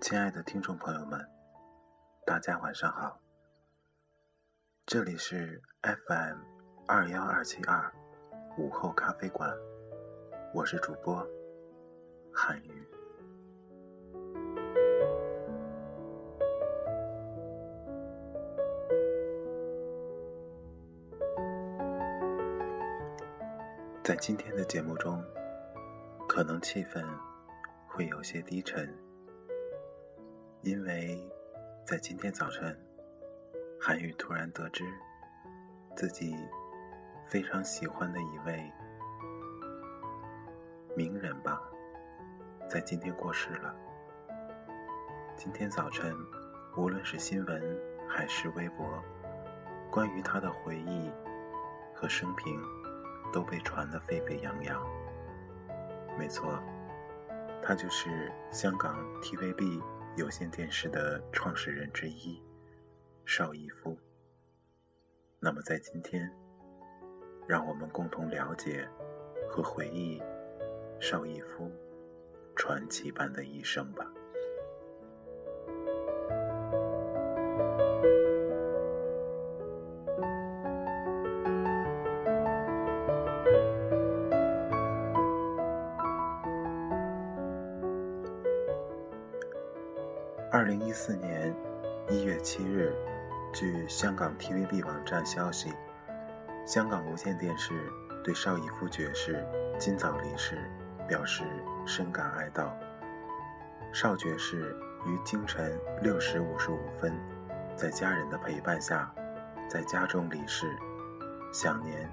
亲爱的听众朋友们，大家晚上好，这里是 FM21272午后咖啡馆，我是主播韩宇。在今天的节目中，可能气氛会有些低沉，因为在今天早晨，韩宇突然得知自己非常喜欢的一位名人吧，在今天过世了。今天早晨，无论是新闻还是微博，关于他的回忆和生平都被传得沸沸扬扬。没错，他就是香港 TVB 有线电视的创始人之一，邵逸夫。那么在今天，让我们共同了解和回忆邵逸夫传奇般的一生吧。2014年1月7日，据香港 TVB 网站消息，香港无线电视对邵逸夫爵士今早离世表示深感哀悼。邵爵士于清晨6时55分，在家人的陪伴下，在家中离世，享年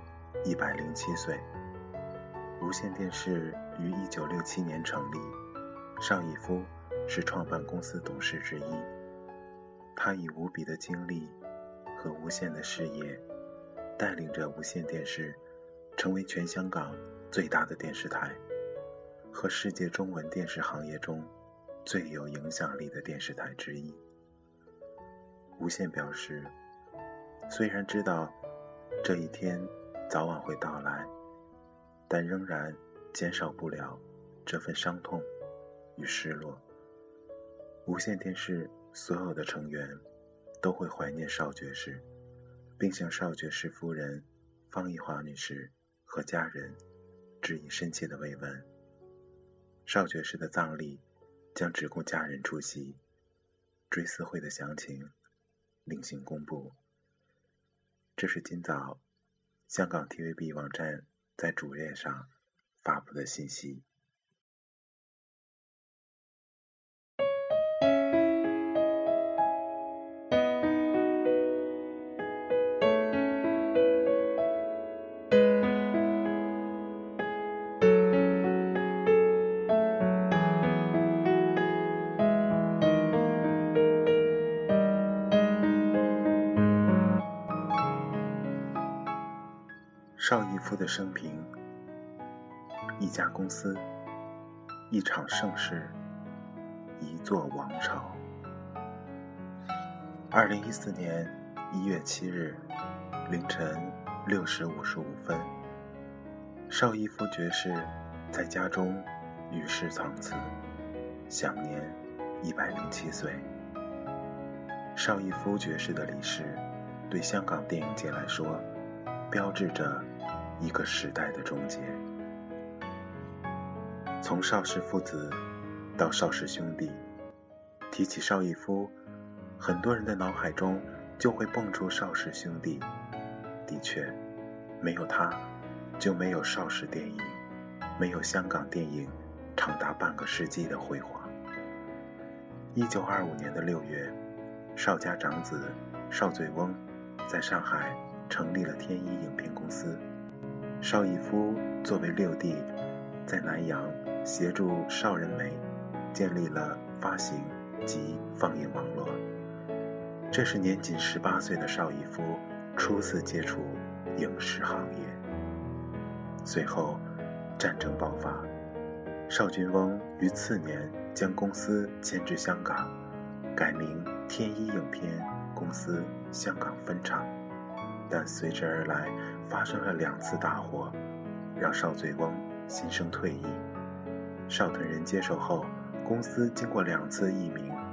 107岁。无线电视于1967年成立，邵逸夫是创办公司董事之一。他以无比的精力和无限的事业，带领着无线电视成为全香港最大的电视台，和世界中文电视行业中最有影响力的电视台之一。无线表示，虽然知道这一天早晚会到来，但仍然减少不了这份伤痛与失落。无线电视所有的成员都会怀念邵爵士，并向邵爵士夫人方逸华女士和家人致以深切的慰问。邵爵士的葬礼将只供家人出席，追思会的详情另行公布。这是今早香港 TVB 网站在主页上发布的信息。邵逸夫的生平：一家公司，一场盛世，一座王朝。2014年1月7日凌晨6时55分，邵逸夫爵士在家中与世长辞，享年107岁。邵逸夫爵士的离世，对香港电影界来说，标志着一个时代的终结。从邵氏父子到邵氏兄弟，提起邵逸夫，很多人的脑海中就会蹦出邵氏兄弟。的确，没有他，就没有邵氏电影，没有香港电影长达半个世纪的辉煌。1925年的6月，邵家长子邵醉翁在上海成立了天一影片公司。邵逸夫作为六弟，在南洋协助邵仁美建立了发行及放映网络。这是年仅18岁的邵逸夫初次接触影视行业。随后战争爆发，邵俊翁于次年将公司迁至香港，改名天一影片公司香港分厂。但随之而来发生了2次大火，让邵醉翁心生退意。邵屯人接手后，公司经过2次易名，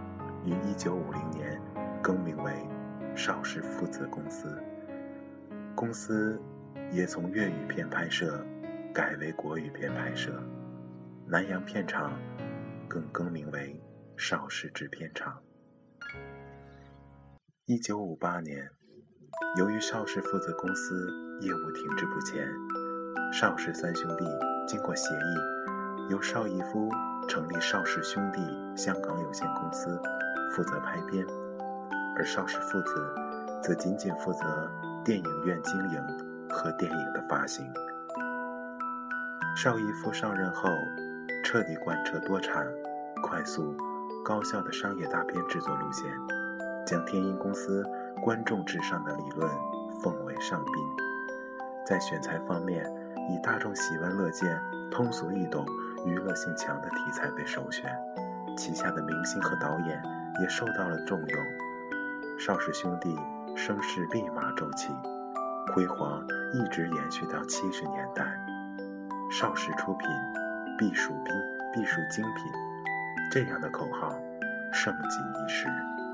于1950年更名为邵氏父子公司，公司也从粤语片拍摄改为国语片拍摄，南洋片场更名为邵氏制片厂。1958年，由于邵氏父子公司业务停滞不前，邵氏三兄弟经过协议，由邵逸夫成立邵氏兄弟香港有限公司，负责拍片，而邵氏父子则仅仅负责电影院经营和电影的发行。邵逸夫上任后，彻底贯彻多产、快速、高效的商业大片制作路线，将天音公司观众至上的理论奉为上宾。在选材方面，以大众喜闻乐见、通俗易懂、娱乐性强的题材为首选，旗下的明星和导演也受到了重用。邵氏兄弟声势立马骤起，辉煌一直延续到70年代。邵氏出品，必属精品，这样的口号盛极一时。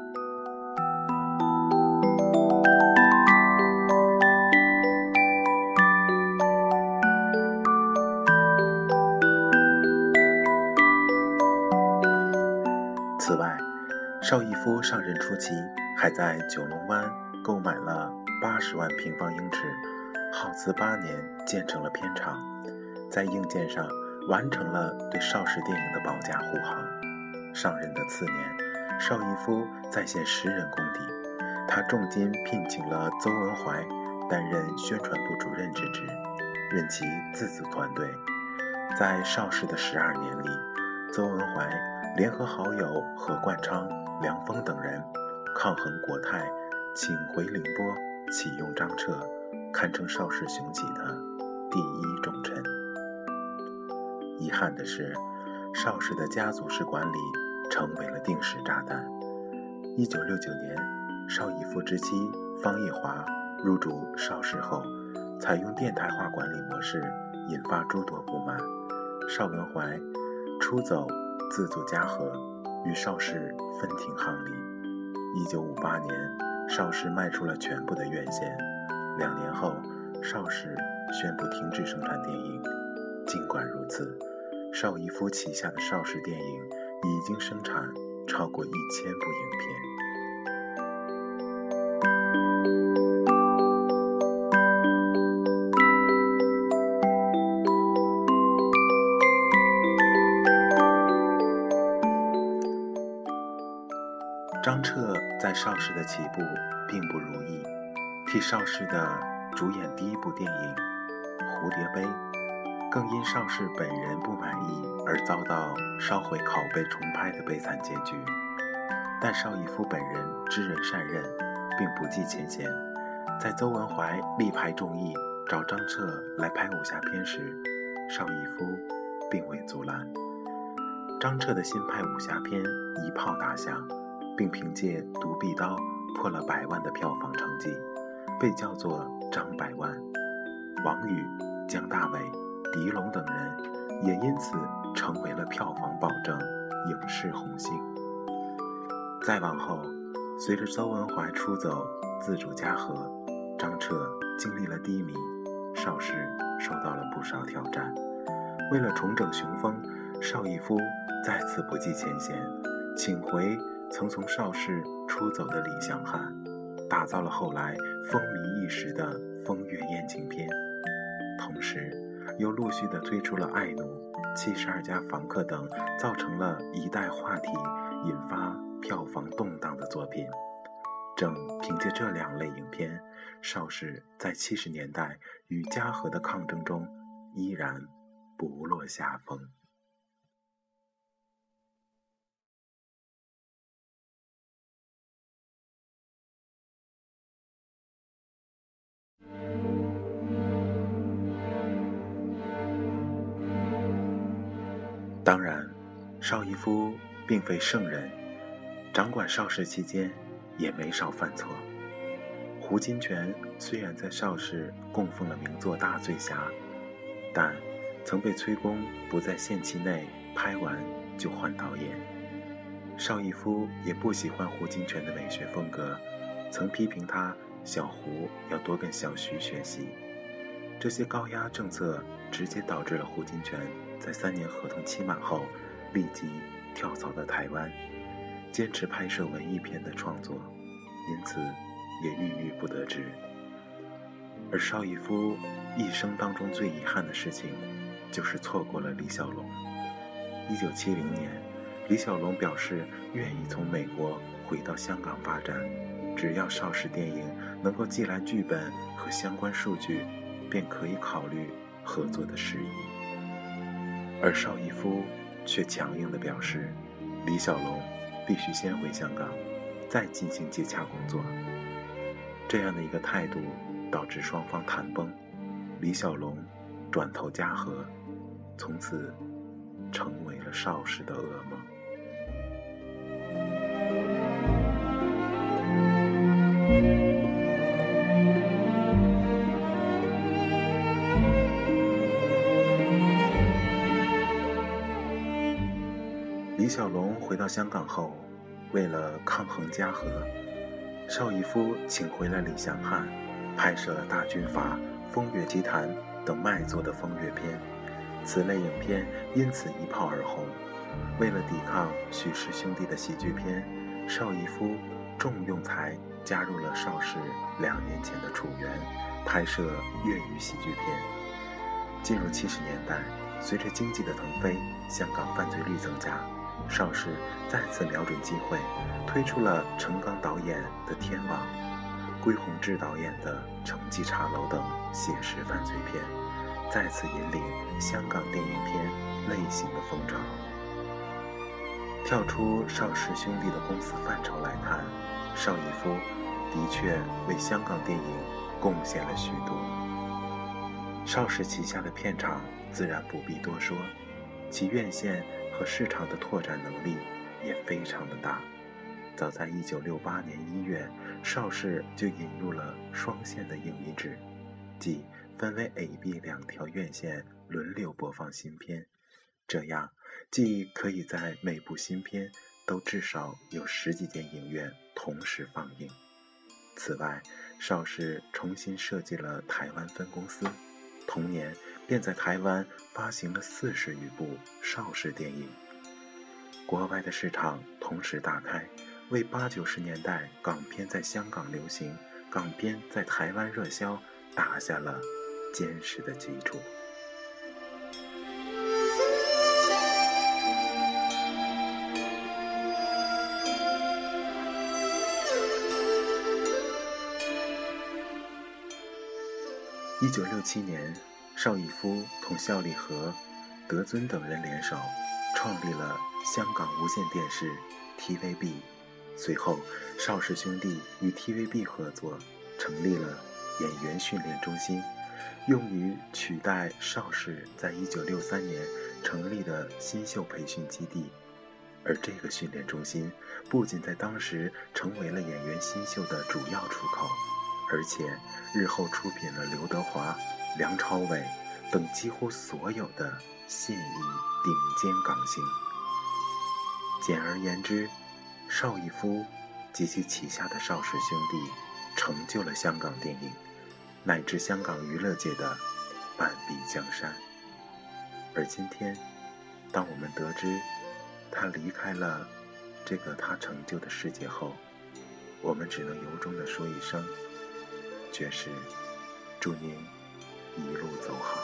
此外，邵逸夫上任初期还在九龙湾购买了80万平方英尺，耗资8年建成了片场，在硬件上完成了对邵氏电影的保驾护航。上任的次年，邵逸夫再现10人功底，他重金聘请了邹文怀担任宣传部主任之职，任其自组团队。在邵氏的12年里，邹文怀联合好友何冠昌、梁丰等人，抗衡国泰，请回宁波，启用张彻，堪称邵氏雄起的第一重臣。遗憾的是，邵氏的家族式管理成为了定时炸弹。1969年，邵逸夫之妻方逸华入主邵氏后，采用电台化管理模式，引发诸多不满。邵文怀出走自组嘉禾，与邵氏分庭抗礼。1958年，邵氏卖出了全部的院线。2年后，邵氏宣布停止生产电影。尽管如此，邵逸夫旗下的邵氏电影已经生产超过1000部影片。张彻在邵氏的起步并不如意，替邵氏的主演第一部电影《蝴蝶杯》，更因邵氏本人不满意而遭到烧毁拷贝重拍的悲惨结局。但邵逸夫本人知人善任，并不计前嫌，在邹文怀力排众议找张彻来拍武侠片时，邵逸夫并未阻拦。张彻的新派武侠片一炮打响，并凭借《独臂刀》破了100万的票房成绩，被叫做张100万。王宇、姜大伟、狄龙等人也因此成为了票房保证、影视红星。再往后，随着邹文怀出走自主嘉禾，张彻经历了低迷，邵氏受到了不少挑战。为了重整雄风，邵逸夫再次不计前嫌，请回曾从邵氏出走的李祥汉，打造了后来风靡一时的风月艳情片，同时又陆续地推出了《爱奴》、《72家房客》等，造成了一代话题，引发票房动荡的作品。正凭借这2类影片，邵氏在70年代与嘉禾的抗争中依然不落下风。当然，邵逸夫并非圣人，掌管邵氏期间也没少犯错。胡金铨虽然在邵氏供奉了名作《大醉侠》，但曾被催功不在限期内拍完就换导演。 邵逸夫也不喜欢胡金铨的美学风格，曾批评他小胡要多跟小徐学习。这些高压政策直接导致了胡金铨在3年合同期满后立即跳槽到台湾，坚持拍摄文艺片的创作，因此也郁郁不得志。而邵逸夫一生当中最遗憾的事情，就是错过了李小龙。1970年，李小龙表示愿意从美国回到香港发展，只要邵氏电影能够寄来剧本和相关数据，便可以考虑合作的事宜。而邵逸夫却强硬地表示，李小龙必须先回香港，再进行接洽工作。这样的一个态度导致双方谈崩，李小龙转投嘉禾，从此成为了邵氏的噩梦。李小龙回到香港后，为了抗衡嘉禾，邵逸夫请回了李祥汉，拍摄了《大军阀》《风月奇谭》等卖座的风月片，此类影片因此一炮而红。为了抵抗许氏兄弟的喜剧片，邵逸夫重用才加入了邵氏2年前的楚原，拍摄粤语喜剧片。进入70年代，随着经济的腾飞，香港犯罪率增加，邵氏再次瞄准机会，推出了陈刚导演的《天网》，归鸿志导演的《城际茶楼》等写实犯罪片，再次引领香港电影片类型的风潮。跳出邵氏兄弟的公司范畴来看，邵逸夫的确为香港电影贡献了许多。邵氏旗下的片场自然不必多说，其院线和市场的拓展能力也非常的大。早在1968年1月，邵氏就引入了双线的影迷制，即分为 A、B 2条院线轮流播放新片，这样既可以在每部新片都至少有10几间影院同时放映。此外，邵氏重新设计了台湾分公司，同年便在台湾发行了40余部邵氏电影。国外的市场同时打开，为80、90年代港片在香港流行、港片在台湾热销打下了坚实的基础。1967年，邵逸夫同萧礼和、德尊等人联手，创立了香港无线电视 TVB。随后，邵氏兄弟与 TVB 合作，成立了演员训练中心，用于取代邵氏在1963年成立的新秀培训基地。而这个训练中心不仅在当时成为了演员新秀的主要出口，而且日后出品了刘德华、梁朝伟等几乎所有的现役顶尖港星。简而言之，邵逸夫及其旗下的邵氏兄弟成就了香港电影乃至香港娱乐界的半壁江山。而今天，当我们得知他离开了这个他成就的世界后，我们只能由衷地说一声，爵士，祝您一路走好。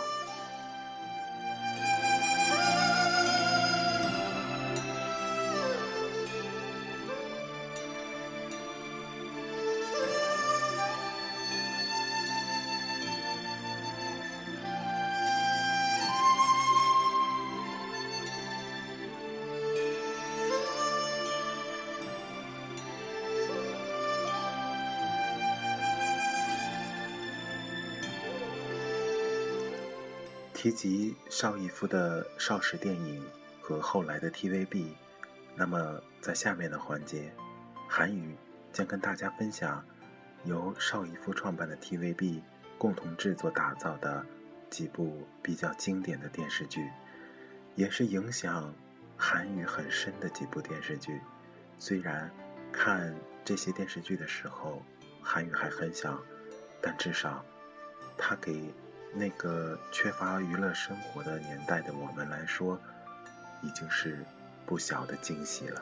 提及邵逸夫的邵氏电影和后来的 TVB， 那么在下面的环节，韩语将跟大家分享由邵逸夫创办的 TVB 共同制作打造的几部比较经典的电视剧，也是影响韩语很深的几部电视剧。 虽然看这些电视剧的时候韩语还很小，但至少它给那个缺乏娱乐生活的年代的我们来说，已经是不小的惊喜了。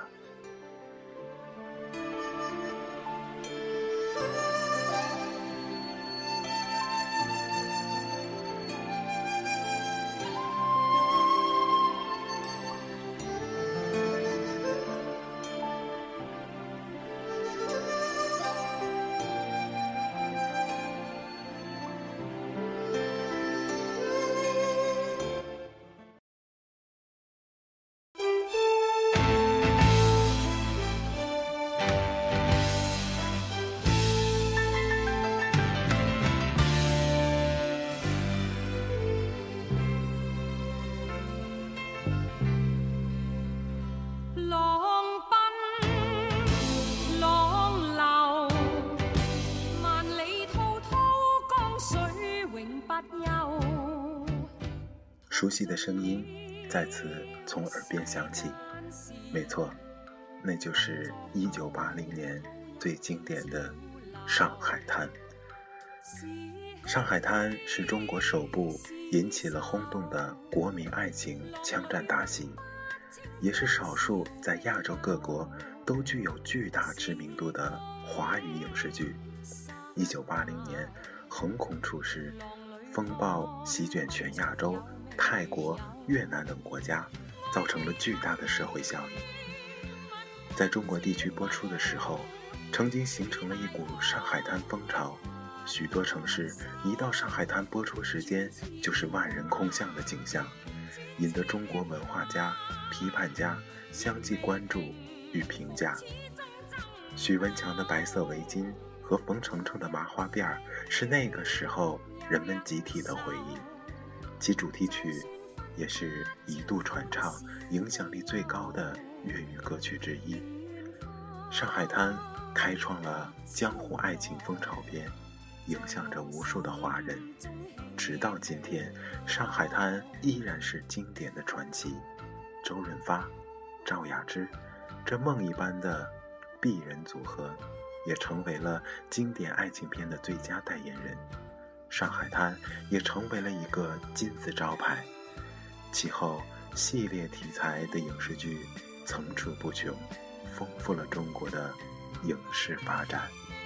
熟悉的声音再次从耳边响起，没错，那就是1980年最经典的《上海滩》。《上海滩》是中国首部引起了轰动的国民爱情枪战大戏，也是少数在亚洲各国都具有巨大知名度的华语影视剧。1980年横空出世，风暴席卷全亚洲、泰国、越南等国家，造成了巨大的社会效应。在中国地区播出的时候，曾经形成了一股上海滩风潮，许多城市一到上海滩播出时间就是万人空巷的景象，引得中国文化家、批判家相继关注与评价。许文强的白色围巾和冯程程的麻花辫是那个时候人们集体的回忆，其主题曲也是一度传唱影响力最高的粤语歌曲之一。上海滩开创了江湖爱情风潮片，影响着无数的华人，直到今天，上海滩依然是经典的传奇。周润发、赵雅芝这梦一般的璧人组合，也成为了经典爱情片的最佳代言人。上海滩也成为了一个金字招牌，其后系列题材的影视剧层出不穷，丰富了中国的影视发展。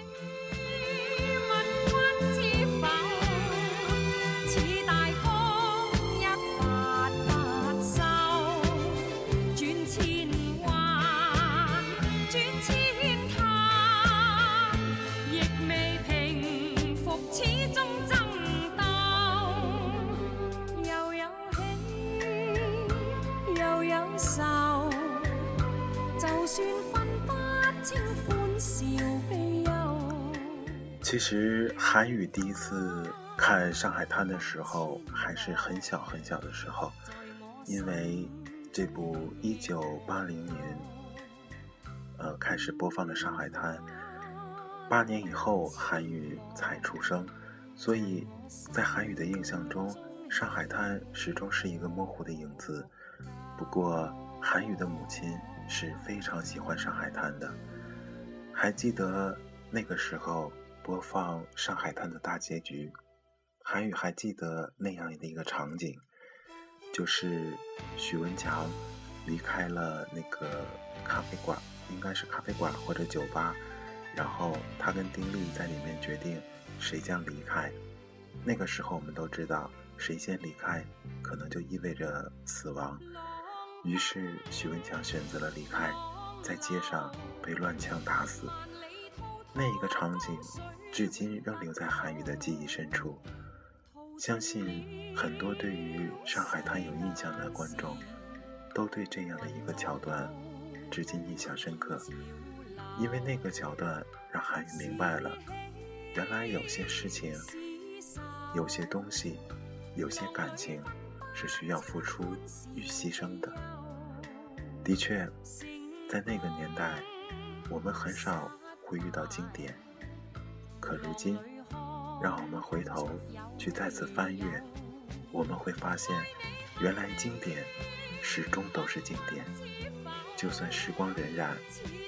其实韩语第一次看《上海滩》的时候还是很小很小的时候，因为这部1980年开始播放的《上海滩》8年以后韩语才出生，所以在韩语的印象中，《上海滩》始终是一个模糊的影子。不过韩语的母亲是非常喜欢《上海滩》的，还记得那个时候播放《上海滩》的大结局，韩语还记得那样的一个场景，就是许文强离开了那个咖啡馆，应该是咖啡馆或者酒吧，然后他跟丁力在里面决定谁将离开。那个时候我们都知道，谁先离开可能就意味着死亡，于是许文强选择了离开，在街上被乱枪打死。那一个场景至今仍留在韩语的记忆深处，相信很多对于上海滩有印象的观众都对这样的一个桥段至今印象深刻，因为那个桥段让韩语明白了，原来有些事情、有些东西、有些感情是需要付出与牺牲的。的确，在那个年代我们很少会遇到经典，可如今让我们回头去再次翻阅，我们会发现原来经典始终都是经典，就算时光荏苒，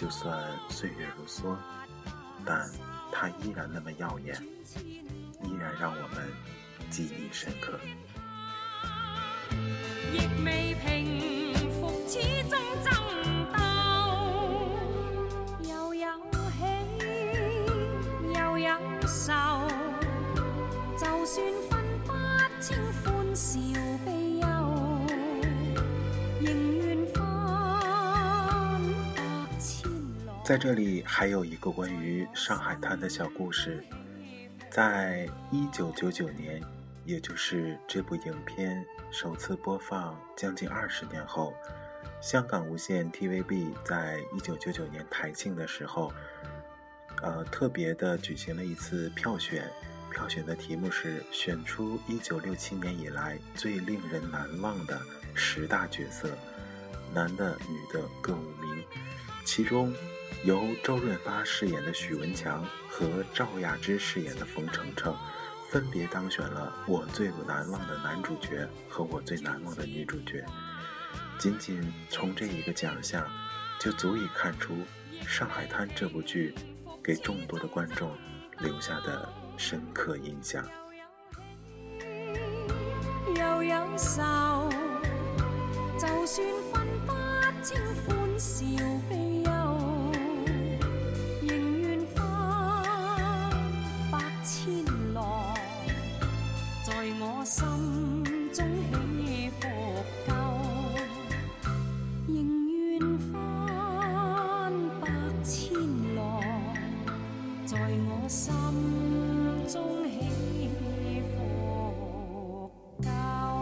就算岁月如梭，但它依然那么耀眼，依然让我们记忆深刻。 亦未平復，始終爭鬥，又有喜又有愁，就算分不清歡笑悲憂，仍願翻百千浪。 在这里还有一个关于上海滩的小故事。在1999年，也就是这部影片首次播放将近20年后，香港无线 TVB 在1999年台庆的时候，特别的举行了一次票选，票选的题目是选出1967年以来最令人难忘的10大角色，男的女的各5名，其中由周润发饰演的许文强和赵雅芝饰演的冯程程分别当选了我最难忘的男主角和我最难忘的女主角。仅仅从这一个奖项就足以看出《上海滩》这部剧给众多的观众留下的深刻印象。 又有愁，就算分不清歡笑悲憂，仍願翻百千浪，在我心中起伏夠，仍願翻百千浪，在我心中起伏夠。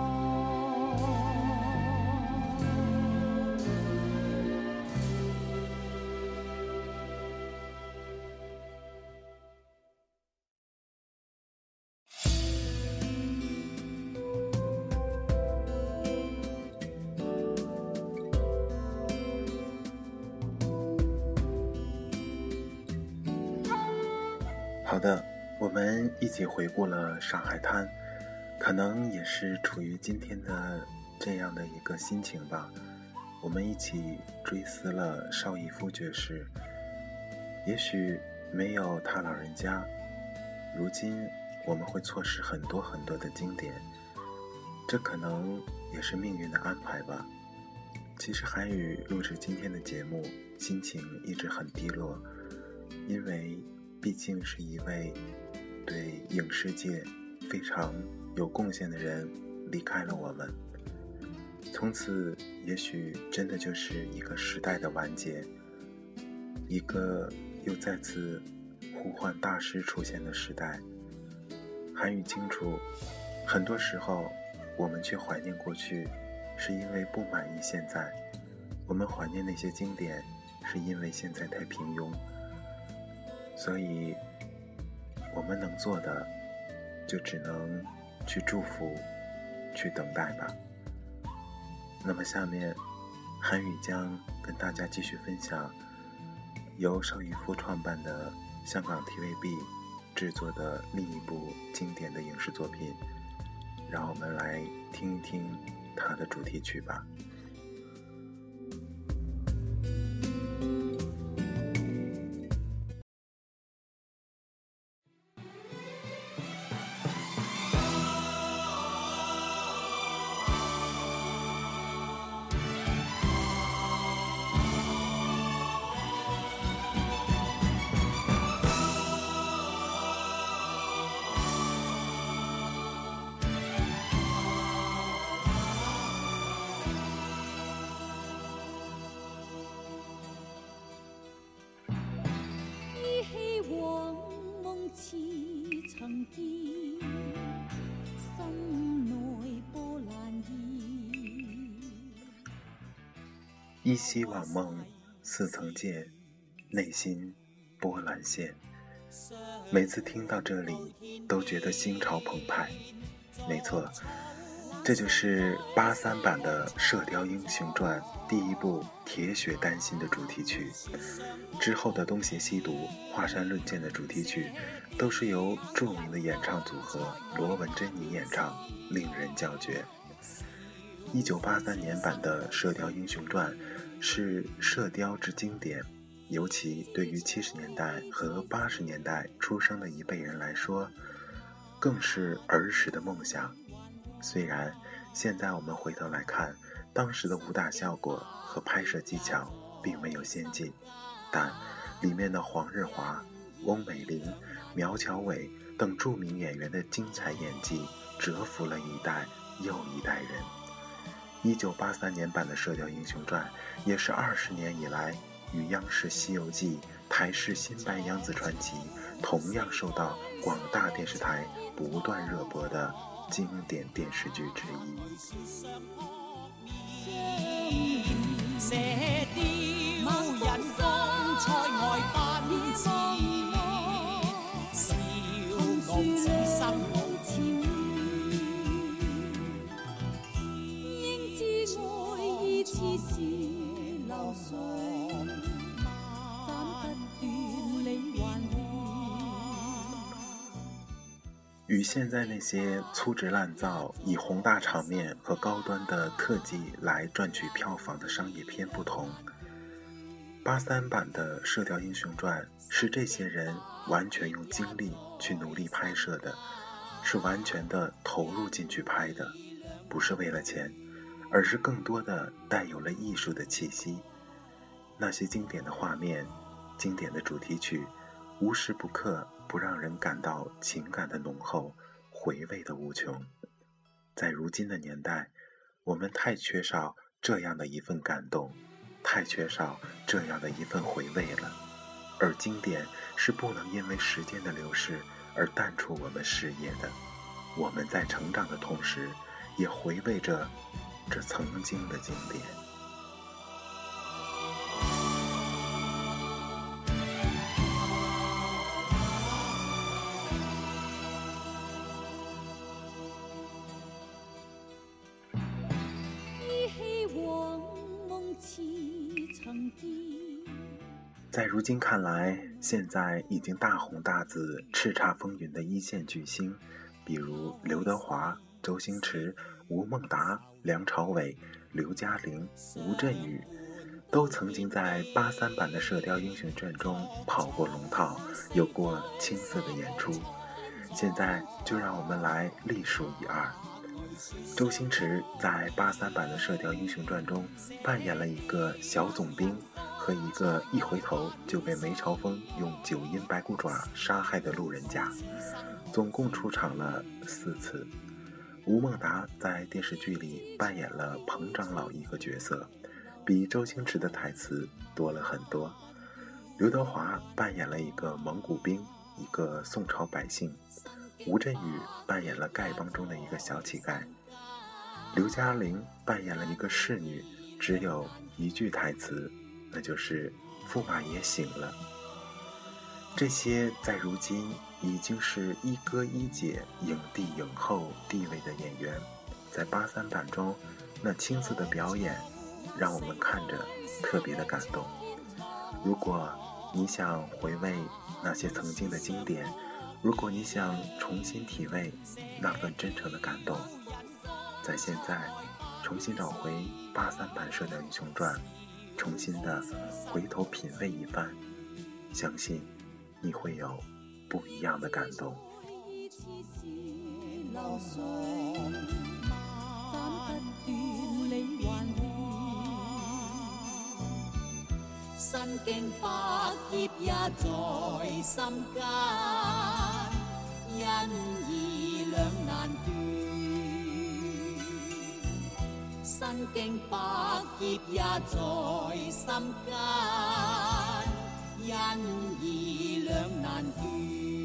好的，我们一起回顾了上海滩，可能也是处于今天的这样的一个心情吧。我们一起追思了邵逸夫爵士，也许没有他老人家，如今我们会错失很多很多的经典，这可能也是命运的安排吧。其实韩宇录制今天的节目，心情一直很低落，因为毕竟是一位对影视界非常有贡献的人离开了我们，从此也许真的就是一个时代的完结，一个又再次呼唤大师出现的时代。韩宇清楚，很多时候我们去怀念过去，是因为不满意现在；我们怀念那些经典，是因为现在太平庸。所以我们能做的就只能去祝福，去等待吧。那么下面韩宇将跟大家继续分享由邵逸夫创办的香港 TVB 制作的另一部经典的影视作品，让我们来听一听它的主题曲吧。 曾見心內波瀾現， 依稀往夢似曾見，內心波瀾現。每次聽到這裡都覺得心潮澎湃。沒錯，這就是83版的《射雕英雄傳》第一部鐵血丹心的主題曲，之後的東邪西毒、華山論劍的主題曲都是由著名的演唱組合羅文珍妮演唱，令人叫絕。1983年版的《射雕英雄傳》是射雕之經典， 尤其对于70年代和80年代出生的一辈人来说，更是儿时的梦想。虽然现在我们回头来看，当时的武打效果和拍摄技巧并没有先进，但里面的黄日华、翁美玲、苗侨伟等著名演员的精彩演技折服了一代又一代人。1983年版的《射雕英雄传》也是20年以来与央视《西游记》、台视《新白娘子传奇》同样受到广大电视台不断热播的经典电视剧之一。 射雕人方塞外奔驰，笑傲此生无情。 应知爱意似是流水，斩不断理还乱。 与现在那些粗制滥造、以宏大场面和高端的特技来赚取票房的商业片不同，83版的《射雕英雄传》是这些人完全用精力去努力拍摄的，是完全的投入进去拍的，不是为了钱，而是更多的带有了艺术的气息。那些经典的画面、经典的主题曲，无时不刻不让人感到情感的浓厚，回味的无穷。在如今的年代，我们太缺少这样的一份感动，太缺少这样的一份回味了。而经典是不能因为时间的流逝而淡出我们视野的。我们在成长的同时，也回味着这曾经的经典。在如今看来，现在已经大红大紫、叱咤风云的一线巨星，比如刘德华、周星驰、吴孟达、梁朝伟、刘嘉玲、吴镇宇，都曾经在83版的《射雕英雄传》中跑过龙套，有过青涩的演出。现在就让我们来历数一二。周星驰在83版的《射雕英雄传》中扮演了一个小总兵和一个一回头就被梅超风用9阴白骨爪杀害的路人甲，总共出场了4次。吴孟达在电视剧里扮演了彭长老一个角色，比周星驰的台词多了很多。刘德华扮演了一个蒙古兵，一个宋朝百姓。吴镇宇扮演了丐帮中的一个小乞丐，刘嘉玲扮演了一个侍女，只有一句台词，那就是驸马爷醒了。这些在如今已经是一哥一姐、影帝影后地位的演员，在83版中那青涩的表演让我们看着特别的感动。如果你想回味那些曾经的经典，如果你想重新体味那份真诚的感动，在现在重新找回83版《射雕英雄传》，重新的回头品味一番，相信你会有不一样的感动。 身經百劫也在心間，因義兩難斷。身經百劫也在心間，因義兩難斷。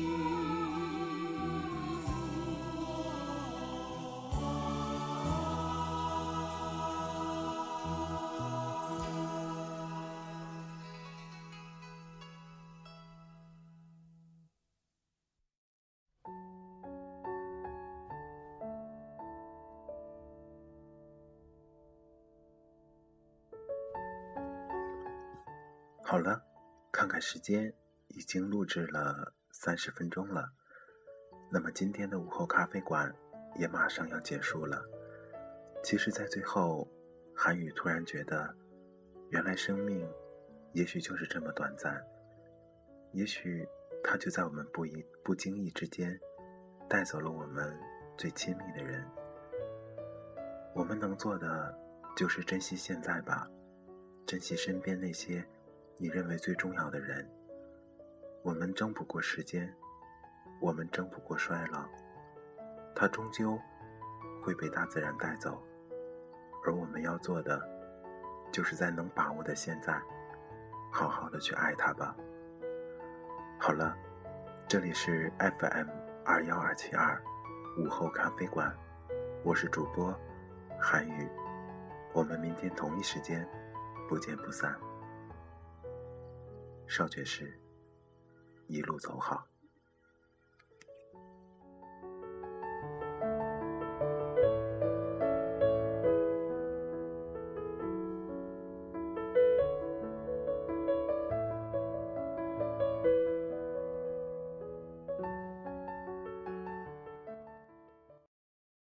好了，看看时间，已经录制了30分钟了。那么今天的午后咖啡馆也马上要结束了。其实在最后，韩宇突然觉得，原来生命也许就是这么短暂，也许它就在我们不经意之间带走了我们最亲密的人。我们能做的就是珍惜现在吧，珍惜身边那些你认为最重要的人。我们争不过时间，我们争不过衰老，它终究会被大自然带走，而我们要做的就是在能把握的现在好好的去爱它吧。好了，这里是 FM21272午后咖啡馆，我是主播韩宇，我们明天同一时间不见不散。少爵士，一路走好。